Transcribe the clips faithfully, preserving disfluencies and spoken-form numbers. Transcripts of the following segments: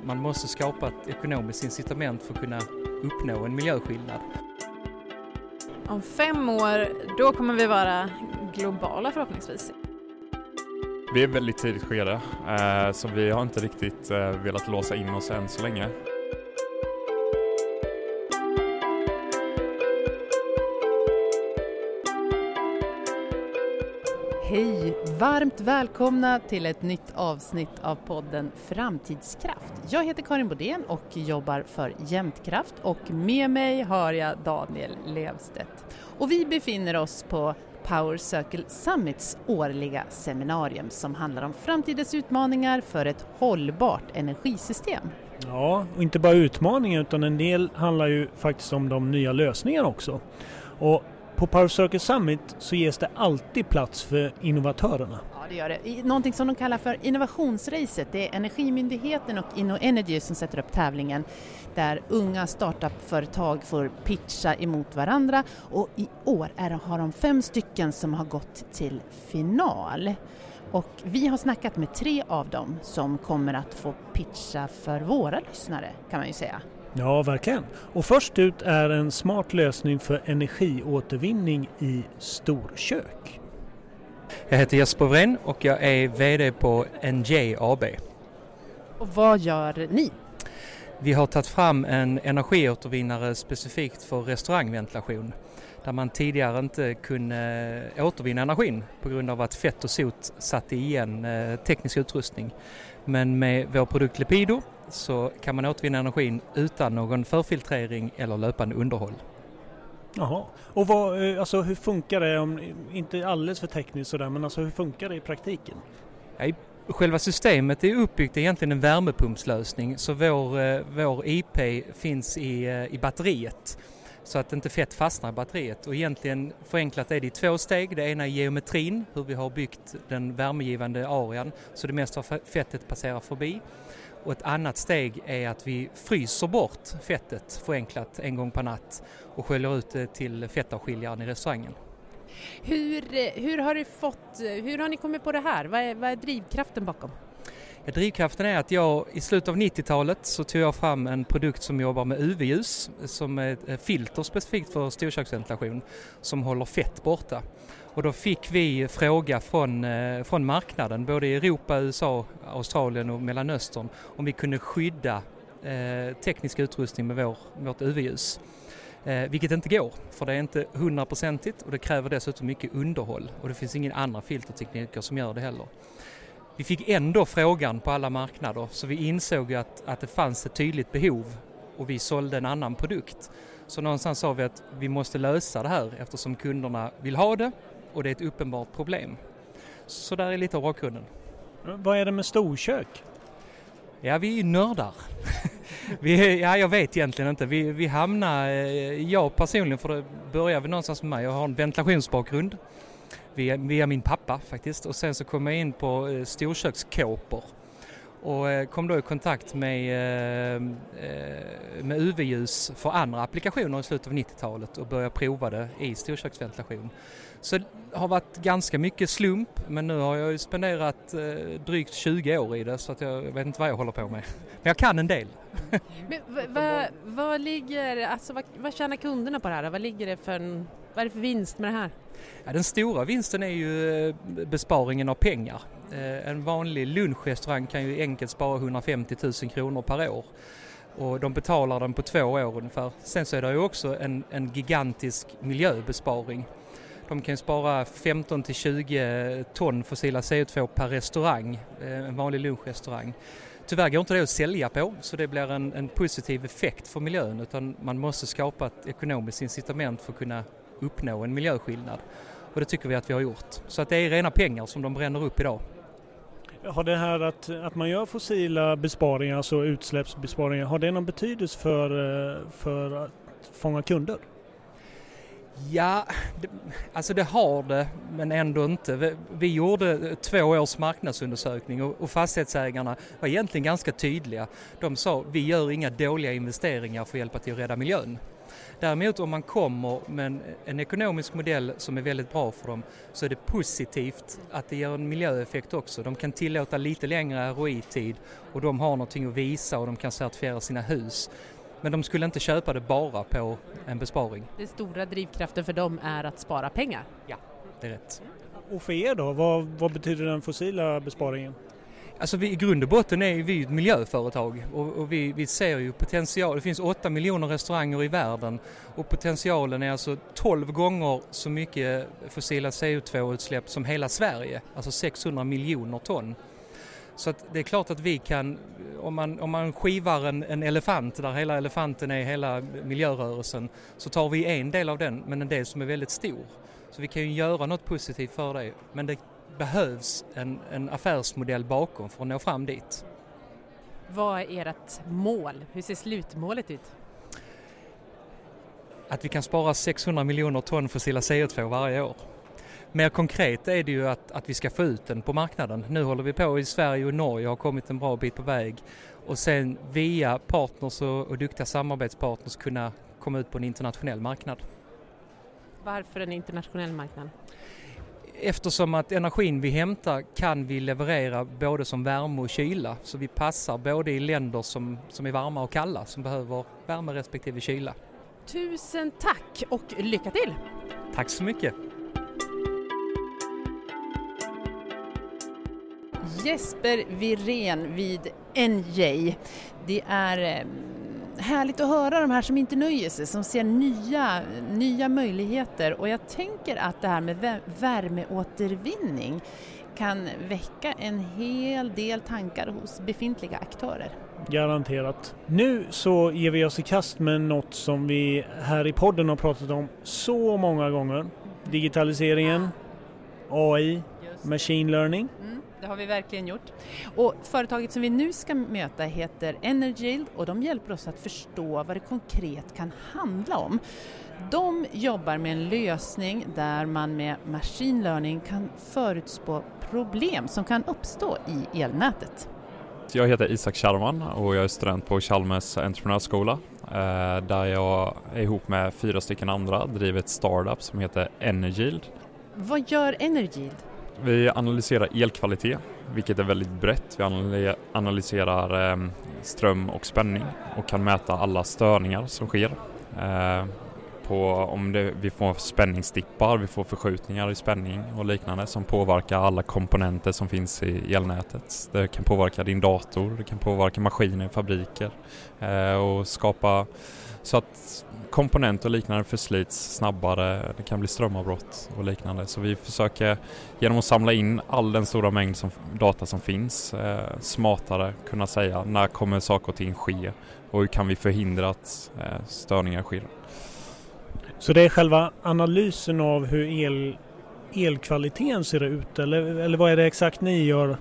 man måste skapa ett ekonomiskt incitament för att kunna uppnå en miljöskillnad. Om fem år, då kommer vi vara globala förhoppningsvis. Vi är väldigt tidigt skede, eh, så vi har inte riktigt eh, velat låsa in oss än så länge. Hej! Varmt välkomna till ett nytt avsnitt av podden Framtidskraft. Jag heter Karin Bodén och jobbar för Jämtkraft och med mig har jag Daniel Levstedt. Och vi befinner oss på Power Circle Summits årliga seminarium som handlar om framtidens utmaningar för ett hållbart energisystem. Ja, och inte bara utmaningar utan en del handlar ju faktiskt om de nya lösningarna också. Och på Power Circle Summit så ges det alltid plats för innovatörerna. Ja, det gör det. Någonting som de kallar för innovationsracet. Det är Energimyndigheten och InnoEnergy som sätter upp tävlingen där unga startup-företag får pitcha emot varandra. Och i år är det, har de fem stycken som har gått till final. Och vi har snackat med tre av dem som kommer att få pitcha för våra lyssnare, kan man ju säga. Ja, verkligen. Och först ut är en smart lösning för energiåtervinning i storkök. Jag heter Jesper Wren och jag är vd på N J A B. Och vad gör ni? Vi har tagit fram en energiåtervinnare specifikt för restaurangventilation. Där man tidigare inte kunde återvinna energin på grund av att fett och sot satte igen teknisk utrustning. Men med vår produkt Lepido så kan man återvinna energin utan någon förfiltrering eller löpande underhåll. Jaha. Och vad, alltså, hur funkar det, om, inte alldeles för tekniskt sådär, men alltså, hur funkar det i praktiken? Ja, själva systemet är uppbyggt egentligen en värmepumpslösning, så vår, vår I P finns i, i batteriet. Så att inte fett fastnar i batteriet. Och egentligen förenklat är det i två steg. Det ena är geometrin, hur vi har byggt den värmegivande arean så det mesta av fettet passerar förbi. Och ett annat steg är att vi fryser bort fettet förenklat en gång per natt och sköljer ut det till fettavskiljaren i restaurangen. Hur, hur, har du fått, hur har ni kommit på det här? Vad är, vad är drivkraften bakom? Ja, drivkraften är att jag i slutet av nittiotalet så tog jag fram en produkt som jobbar med U V-ljus som är ett filter specifikt för storköksventilation som håller fett borta. Och då fick vi fråga från, från marknaden, både i Europa, U S A, Australien och Mellanöstern, om vi kunde skydda eh, teknisk utrustning med vår, vårt U V-ljus. Eh, vilket inte går, för det är inte hundraprocentigt och det kräver dessutom mycket underhåll och det finns ingen andra filtertekniker som gör det heller. Vi fick ändå frågan på alla marknader så vi insåg att, att det fanns ett tydligt behov och vi sålde en annan produkt. Så någonstans sa vi att vi måste lösa det här eftersom kunderna vill ha det och det är ett uppenbart problem. Så där är lite av bakgrunden. Vad är det med storkök? Ja, vi är ju nördar. vi, ja, jag vet egentligen inte. Vi, vi hamnar, jag personligen, för det börjar vi någonstans med mig. Jag har en ventilationsbakgrund. Via, via min pappa faktiskt. Och sen så kom jag in på eh, storkökskåpor. Och eh, kom då i kontakt med, eh, med U V-ljus för andra applikationer i slutet av nittiotalet och började prova det i storköksventilation. Så det har varit ganska mycket slump, men nu har jag ju spenderat eh, drygt tjugo år i det så att jag vet inte vad jag håller på med. Men jag kan en del. Men vad, vad, vad ligger, alltså vad, vad tjänar kunderna på det här? Vad ligger det för en, vad är det för vinst med det här? Ja, den stora vinsten är ju besparingen av pengar. Eh, en vanlig lunchrestaurang kan ju enkelt spara hundrafemtio tusen kronor per år. Och de betalar den på två år ungefär. Sen så är det ju också en, en gigantisk miljöbesparing. De kan spara femton till tjugo ton fossila C O två per restaurang, en vanlig lunchrestaurang. Tyvärr går inte det att sälja på så det blir en, en positiv effekt för miljön utan man måste skapa ett ekonomiskt incitament för att kunna uppnå en miljöskillnad. Och det tycker vi att vi har gjort. Så att det är rena pengar som de bränner upp idag. Har det här att, att man gör fossila besparingar, alltså utsläppsbesparingar, har det någon betydelse för, för att fånga kunder? Ja, det, alltså det har det, men ändå inte. Vi, vi gjorde två års marknadsundersökning och, och fastighetsägarna var egentligen ganska tydliga. De sa, vi gör inga dåliga investeringar för att hjälpa till att rädda miljön. Däremot om man kommer med en, en ekonomisk modell som är väldigt bra för dem så är det positivt att det ger en miljöeffekt också. De kan tillåta lite längre R O I-tid och de har någonting att visa och de kan certifiera sina hus. Men de skulle inte köpa det bara på en besparing. Den stora drivkraften för dem är att spara pengar. Ja, det är rätt. Och för er då, vad, vad betyder den fossila besparingen? Alltså vi, i grund och botten är vi ett miljöföretag och, och vi, vi ser ju potential. Det finns åtta miljoner restauranger i världen och potentialen är alltså tolv gånger så mycket fossila C O två-utsläpp som hela Sverige, alltså sexhundra miljoner ton. Så att det är klart att vi kan, om man, om man skivar en, en elefant där hela elefanten är hela miljörörelsen, så tar vi en del av den, men en del som är väldigt stor. Så vi kan ju göra något positivt för det, men det behövs en, en affärsmodell bakom för att nå fram dit. Vad är ert mål? Hur ser slutmålet ut? Att vi kan spara sexhundra miljoner ton fossila C O två varje år. Mer konkret är det ju att, att vi ska få ut den på marknaden. Nu håller vi på i Sverige och Norge och har kommit en bra bit på väg. Och sen via partners och, och duktiga samarbetspartners kunna komma ut på en internationell marknad. Varför en internationell marknad? Eftersom att energin vi hämtar kan vi leverera både som värme och kyla. Så vi passar både i länder som, som är varma och kalla, som behöver värme respektive kyla. Tusen tack och lycka till! Tack så mycket! Jesper Wirén vid N J. Det är härligt att höra de här som inte nöjer sig, som ser nya, nya möjligheter. Och jag tänker att det här med värmeåtervinning kan väcka en hel del tankar hos befintliga aktörer. Garanterat. Nu så ger vi oss i kast med något som vi här i podden har pratat om så många gånger. Digitaliseringen, A I, machine learning. Mm, det har vi verkligen gjort. Och företaget som vi nu ska möta heter Energyld och de hjälper oss att förstå vad det konkret kan handla om. De jobbar med en lösning där man med machine learning kan förutspå problem som kan uppstå i elnätet. Jag heter Isak Kärman och jag är student på Chalmers entreprenörsskola där jag är ihop med fyra stycken andra driver ett startup som heter Energyld. Vad gör Energyld? Vi analyserar elkvalitet, vilket är väldigt brett. Vi analyserar ström och spänning och kan mäta alla störningar som sker. På om det, vi får spänningsdippar, vi får förskjutningar i spänning och liknande som påverkar alla komponenter som finns i elnätet. Det kan påverka din dator, det kan påverka maskiner, fabriker eh, och skapa så att komponenter och liknande förslits snabbare. Det kan bli strömavbrott och liknande. Så vi försöker genom att samla in all den stora mängd som, data som finns eh, smartare kunna säga när kommer saker och ting ske och hur kan vi förhindra att eh, störningar sker. Så det är själva analysen av hur el, elkvaliteten ser ut eller, eller vad är det exakt ni gör?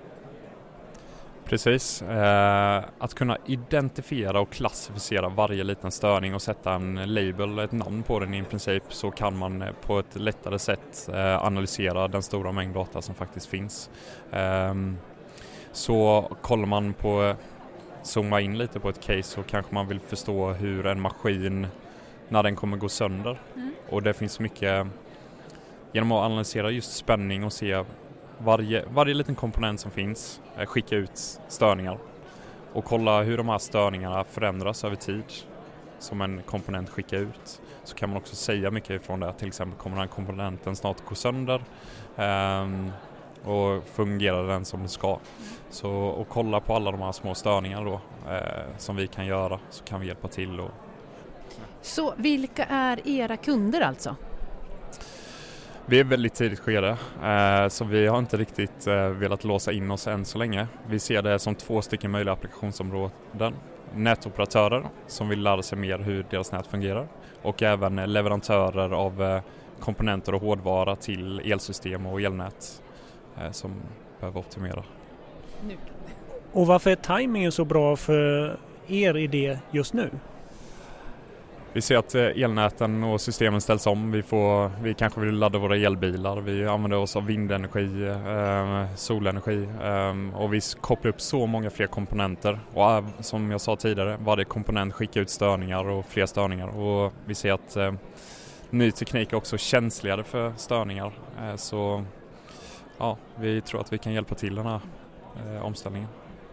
Precis. Eh, att kunna identifiera och klassificera varje liten störning och sätta en label, ett namn på den i princip, så kan man på ett lättare sätt eh, analysera den stora mängd data som faktiskt finns. Eh, så kollar man på, zooma in lite på ett case så kanske man vill förstå hur en maskin när den kommer gå sönder. Mm. Och det finns mycket, genom att analysera just spänning och se varje, varje liten komponent som finns, skicka ut störningar och kolla hur de här störningarna förändras över tid som en komponent skickar ut. Så kan man också säga mycket ifrån det. Till exempel kommer den här komponenten snart gå sönder um, och fungerar den som den ska. Mm. Så och kolla på alla de här små störningarna då eh, som vi kan göra, så kan vi hjälpa till och Så vilka är era kunder alltså? Vi är väldigt tidigt skede, eh, så vi har inte riktigt eh, velat låsa in oss än så länge. Vi ser det som två stycken möjliga applikationsområden. Nätoperatörer som vill lära sig mer hur deras nät fungerar och även leverantörer av eh, komponenter och hårdvara till elsystem och elnät eh, som behöver optimera. Nu. Och varför är tajmingen så bra för er idé just nu? Vi ser att elnäten och systemen ställs om. Vi, får, vi kanske vill ladda våra elbilar. Vi använder oss av vindenergi, eh, solenergi eh, och vi kopplar upp så många fler komponenter. Och äh, som jag sa tidigare, varje komponent skickar ut störningar och fler störningar. Och vi ser att eh, ny teknik är också känsligare för störningar. Eh, så ja, vi tror att vi kan hjälpa till den här eh, omställningen.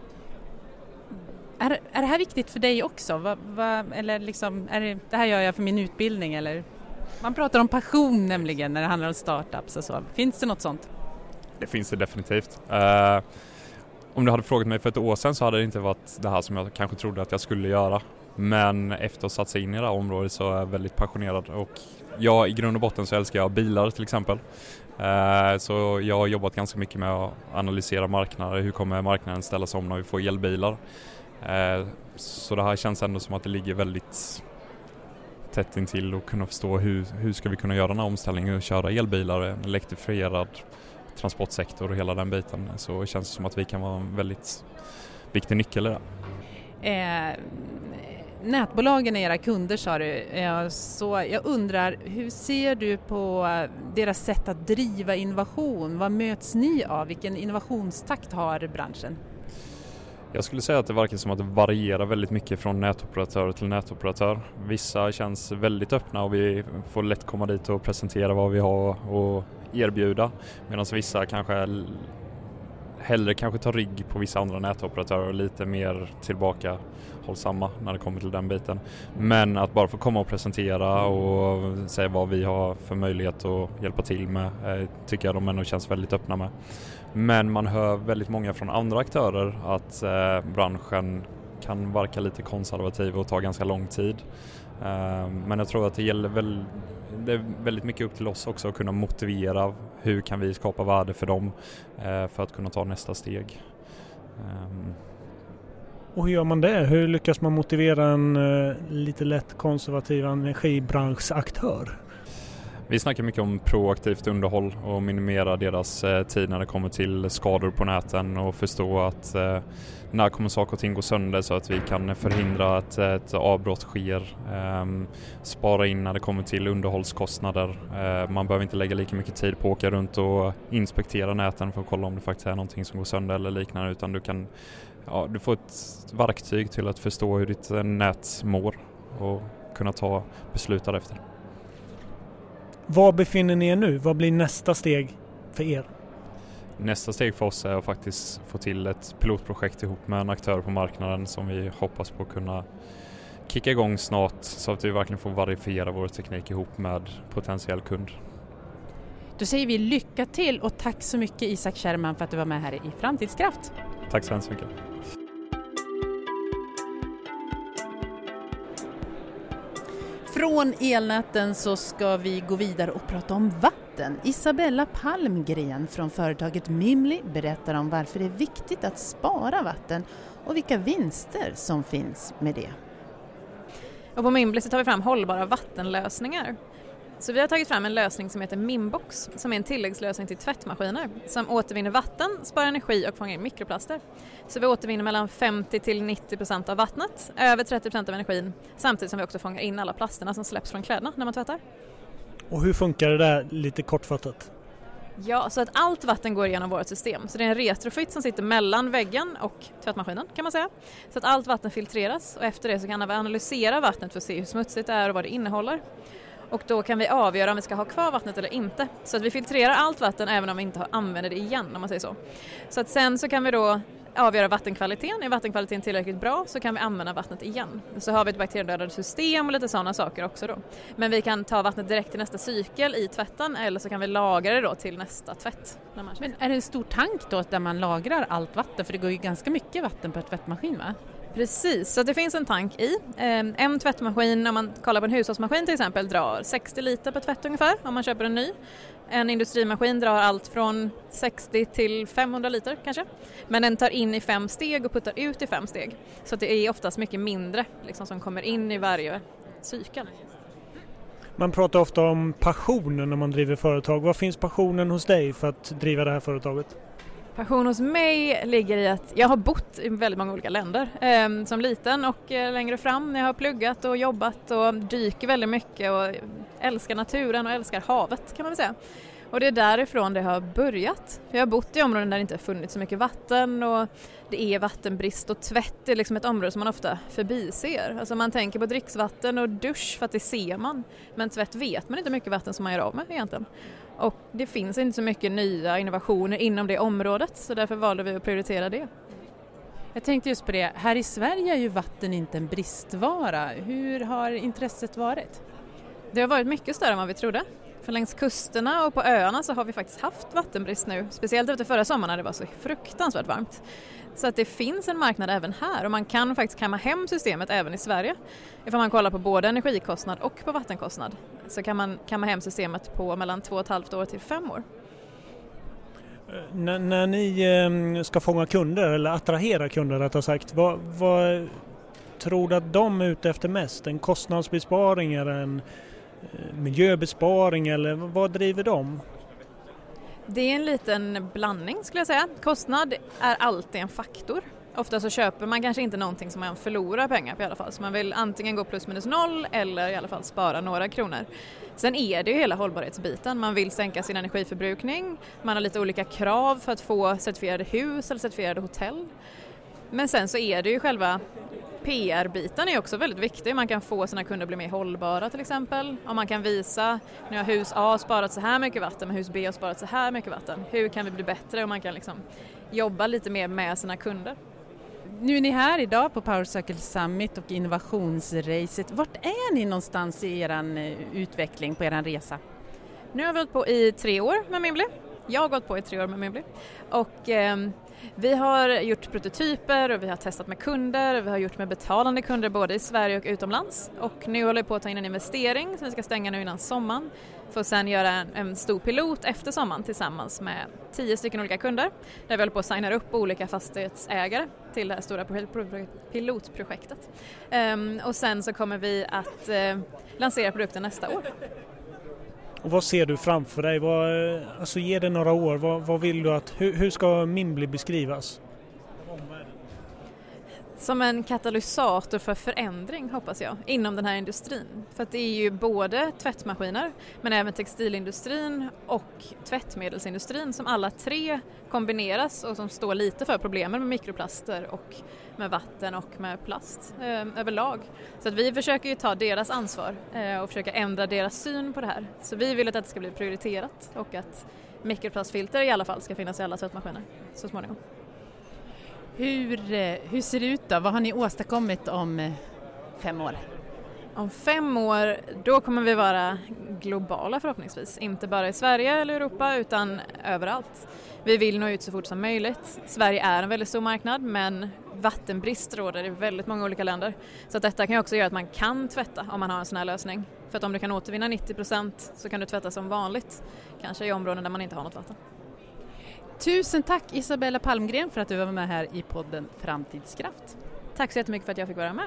Är, är det här viktigt för dig också? Va, va, eller liksom, är det, det här gör jag för min utbildning? Eller? Man pratar om passion nämligen när det handlar om startups och så. Finns det något sånt? Det finns det definitivt. Uh, om du hade frågat mig för ett år sedan så hade det inte varit det här som jag kanske trodde att jag skulle göra. Men efter att ha satt sig in i det här området så är jag väldigt passionerad. Och jag, i grund och botten så älskar jag bilar till exempel. Uh, så jag har jobbat ganska mycket med att analysera marknader. Hur kommer marknaden ställa sig om när vi får elbilar? Så det här känns ändå som att det ligger väldigt tätt intill och kunna förstå hur, hur ska vi kunna göra den här omställningen och köra elbilar, en elektrifierad transportsektor och hela den biten. Så det känns som att vi kan vara en väldigt viktig nyckel i det. Eh, nätbolagen är era kunder, sa du. Eh, så jag undrar, hur ser du på deras sätt att driva innovation? Vad möts ni av? Vilken innovationstakt har branschen? Jag skulle säga att det verkar som att det varierar väldigt mycket från nätoperatör till nätoperatör. Vissa känns väldigt öppna och vi får lätt komma dit och presentera vad vi har och erbjuda. Medan vissa kanske hellre kanske tar rygg på vissa andra nätoperatörer och lite mer tillbaka hållsamma när det kommer till den biten. Men att bara få komma och presentera och säga vad vi har för möjlighet att hjälpa till med tycker jag de ändå känns väldigt öppna med. Men man hör väldigt många från andra aktörer att eh, branschen kan verka lite konservativ och ta ganska lång tid. Eh, men jag tror att det gäller väl, det är väldigt mycket upp till oss också att kunna motivera hur kan vi skapa värde för dem eh, för att kunna ta nästa steg. Eh. Och hur gör man det? Hur lyckas man motivera en eh, lite lätt konservativ energibranschaktör? Vi snackar mycket om proaktivt underhåll och minimera deras eh, tid när det kommer till skador på näten och förstå att eh, när kommer saker och ting gå sönder så att vi kan förhindra att ett avbrott sker. Eh, spara in när det kommer till underhållskostnader. Eh, man behöver inte lägga lika mycket tid på att åka runt och inspektera näten för att kolla om det faktiskt är någonting som går sönder eller liknande, utan du kan ja, du får ett verktyg till att förstå hur ditt nät mår och kunna ta beslut därefter. Var befinner ni er nu? Vad blir nästa steg för er? Nästa steg för oss är att faktiskt få till ett pilotprojekt ihop med en aktör på marknaden som vi hoppas på kunna kicka igång snart så att vi verkligen får verifiera vår teknik ihop med potentiell kund. Då säger vi lycka till och tack så mycket Isak Kärrman för att du var med här i Framtidskraft. Tack så hemskt mycket. Från elnäten så ska vi gå vidare och prata om vatten. Isabella Palmgren från företaget Mimli berättar om varför det är viktigt att spara vatten och vilka vinster som finns med det. Och på Mimli så tar vi fram hållbara vattenlösningar. Så vi har tagit fram en lösning som heter Mimbox som är en tilläggslösning till tvättmaskiner som återvinner vatten, sparar energi och fångar in mikroplaster. Så vi återvinner mellan femtio till nittio procent av vattnet, över trettio procent av energin, samtidigt som vi också fångar in alla plasterna som släpps från kläderna när man tvättar. Och hur funkar det där lite kortfattat? Ja, så att allt vatten går igenom vårt system. Så det är en retrofit som sitter mellan väggen och tvättmaskinen kan man säga. Så att allt vatten filtreras och efter det så kan vi analysera vattnet för att se hur smutsigt det är och vad det innehåller. Och då kan vi avgöra om vi ska ha kvar vattnet eller inte. Så att vi filtrerar allt vatten även om vi inte använder det igen, om man säger så. Så att sen så kan vi då avgöra vattenkvaliteten. Är vattenkvaliteten tillräckligt bra så kan vi använda vattnet igen. Så har vi ett bakteriedödande system och lite sådana saker också då. Men vi kan ta vattnet direkt till nästa cykel i tvätten eller så kan vi lagra det då till nästa tvätt. Men är det en stor tank då där man lagrar allt vatten? För det går ju ganska mycket vatten på ett tvättmaskin, va? Precis, så det finns en tank i. En tvättmaskin, om man kollar på en hushållsmaskin till exempel, drar sextio liter per tvätt ungefär om man köper en ny. En industrimaskin drar allt från sextio till femhundra liter kanske. Men den tar in i fem steg och puttar ut i fem steg. Så det är oftast mycket mindre liksom, som kommer in i varje cykel. Man pratar ofta om passionen när man driver företag. Vad finns passionen hos dig för att driva det här företaget? Passion hos mig ligger i att jag har bott i väldigt många olika länder eh, som liten och eh, längre fram när jag har pluggat och jobbat och dyker väldigt mycket och älskar naturen och älskar havet kan man väl säga. Och det är därifrån det har börjat. Jag har bott i områden där det inte har funnits så mycket vatten och det är vattenbrist och tvätt är liksom ett område som man ofta förbiser. Alltså man tänker på dricksvatten och dusch för att det ser man. Men tvätt vet man inte mycket vatten som man gör av med egentligen. Och det finns inte så mycket nya innovationer inom det området så därför valde vi att prioritera det. Jag tänkte just på det, här i Sverige är ju vatten inte en bristvara. Hur har intresset varit? Det har varit mycket större än vad vi trodde. För längs kusterna och på öarna så har vi faktiskt haft vattenbrist nu. Speciellt efter förra sommaren när det var så fruktansvärt varmt. Så att det finns en marknad även här och man kan faktiskt kamma hem systemet även i Sverige. Ifall man kollar på både energikostnad och på vattenkostnad så kan man kamma hem systemet på mellan två och ett halvt år till fem år. N- när ni eh, ska fånga kunder eller attrahera kunder rättare sagt, vad, vad tror du att de är ute efter mest? En kostnadsbesparing eller en eh, miljöbesparing eller vad driver de? Det är en liten blandning skulle jag säga. Kostnad är alltid en faktor. Ofta så köper man kanske inte någonting som man förlorar pengar på i alla fall. Så man vill antingen gå plus minus noll eller i alla fall spara några kronor. Sen är det ju hela hållbarhetsbiten. Man vill sänka sin energiförbrukning. Man har lite olika krav för att få certifierade hus eller certifierade hotell. Men sen så är det ju själva P R-biten är också väldigt viktig. Man kan få sina kunder att bli mer hållbara till exempel. Om man kan visa, nu har hus A sparat så här mycket vatten men hus B har sparat så här mycket vatten. Hur kan vi bli bättre? Och man kan liksom jobba lite mer med sina kunder. Nu är ni här idag på Power Circle Summit och innovationsracet. Vart är ni någonstans i er utveckling, på er resa? Nu har vi hållit på i tre år med Mimbly. Jag har gått på i tre år med Mimbly. Och eh, vi har gjort prototyper och vi har testat med kunder. Vi har gjort med betalande kunder både i Sverige och utomlands. Och nu håller vi på att ta in en investering som vi ska stänga nu innan sommaren. För att sen göra en, en stor pilot efter sommaren tillsammans med tio stycken olika kunder. Där vi håller på att signa upp olika fastighetsägare till det här stora pilotprojektet. Um, och sen så kommer vi att uh, lansera produkten nästa år. Och vad ser du framför dig? Vad, alltså ge det några år. Vad, vad vill du att, hur, hur ska Mimbly beskrivas? Som en katalysator för förändring hoppas jag inom den här industrin. För att det är ju både tvättmaskiner men även textilindustrin och tvättmedelsindustrin som alla tre kombineras och som står lite för problemen med mikroplaster och med vatten och med plast eh, överlag. Så att vi försöker ju ta deras ansvar eh, och försöka ändra deras syn på det här. Så vi vill att det ska bli prioriterat och att mikroplastfilter i alla fall ska finnas i alla tvättmaskiner så småningom. Hur, hur ser det ut då? Vad har ni åstadkommit om fem år? Om fem år, då kommer vi vara globala förhoppningsvis. Inte bara i Sverige eller Europa utan överallt. Vi vill nå ut så fort som möjligt. Sverige är en väldigt stor marknad men vattenbrist råder i väldigt många olika länder. Så att detta kan ju också göra att man kan tvätta om man har en sån här lösning. För att om du kan återvinna nittio procent så kan du tvätta som vanligt. Kanske i områden där man inte har något vatten. Tusen tack Isabella Palmgren för att du var med här i podden Framtidskraft. Tack så jättemycket för att jag fick vara med.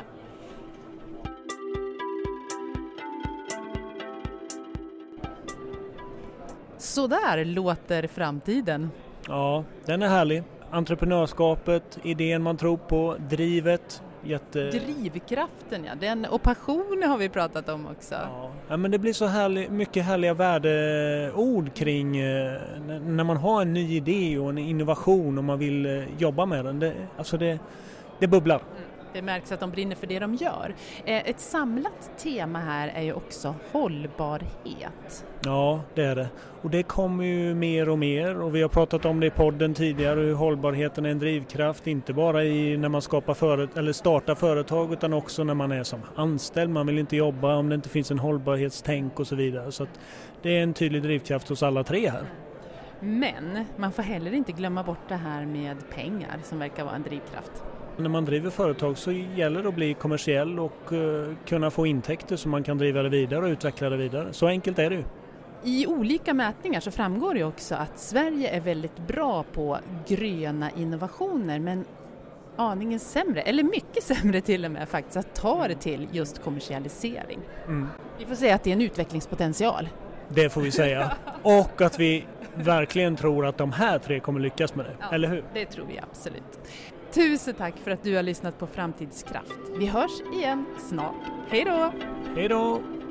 Så där låter framtiden. Ja, den är härlig. Entreprenörskapet, idén man tror på, drivet. Jätte... Drivkraften, ja. Den, och passionen har vi pratat om också. Ja, ja men det blir så härlig, mycket härliga värdeord kring eh, när man har en ny idé och en innovation och man vill eh, jobba med den. Det, alltså det, det bubblar. Mm. Det märks att de brinner för det de gör. Eh, ett samlat tema här är ju också hållbarhet. Ja, det är det. Och det kommer ju mer och mer och vi har pratat om det i podden tidigare hur hållbarheten är en drivkraft inte bara i när man skapar föret- eller startar företag utan också när man är som anställd. Man vill inte jobba om det inte finns en hållbarhetstänk och så vidare. Så att det är en tydlig drivkraft hos alla tre här. Men man får heller inte glömma bort det här med pengar som verkar vara en drivkraft. När man driver företag så gäller det att bli kommersiell och uh, kunna få intäkter så man kan driva det vidare och utveckla det vidare. Så enkelt är det ju. I olika mätningar så framgår det också att Sverige är väldigt bra på gröna innovationer men aningen sämre, eller mycket sämre till och med faktiskt, att ta det till just kommersialisering. Mm. Vi får säga att det är en utvecklingspotential. Det får vi säga. Och att vi verkligen tror att de här tre kommer lyckas med det, Ja, eller hur? Det tror vi absolut. Tusen tack för att du har lyssnat på Framtidskraft. Vi hörs igen snart. Hej då! Hej då!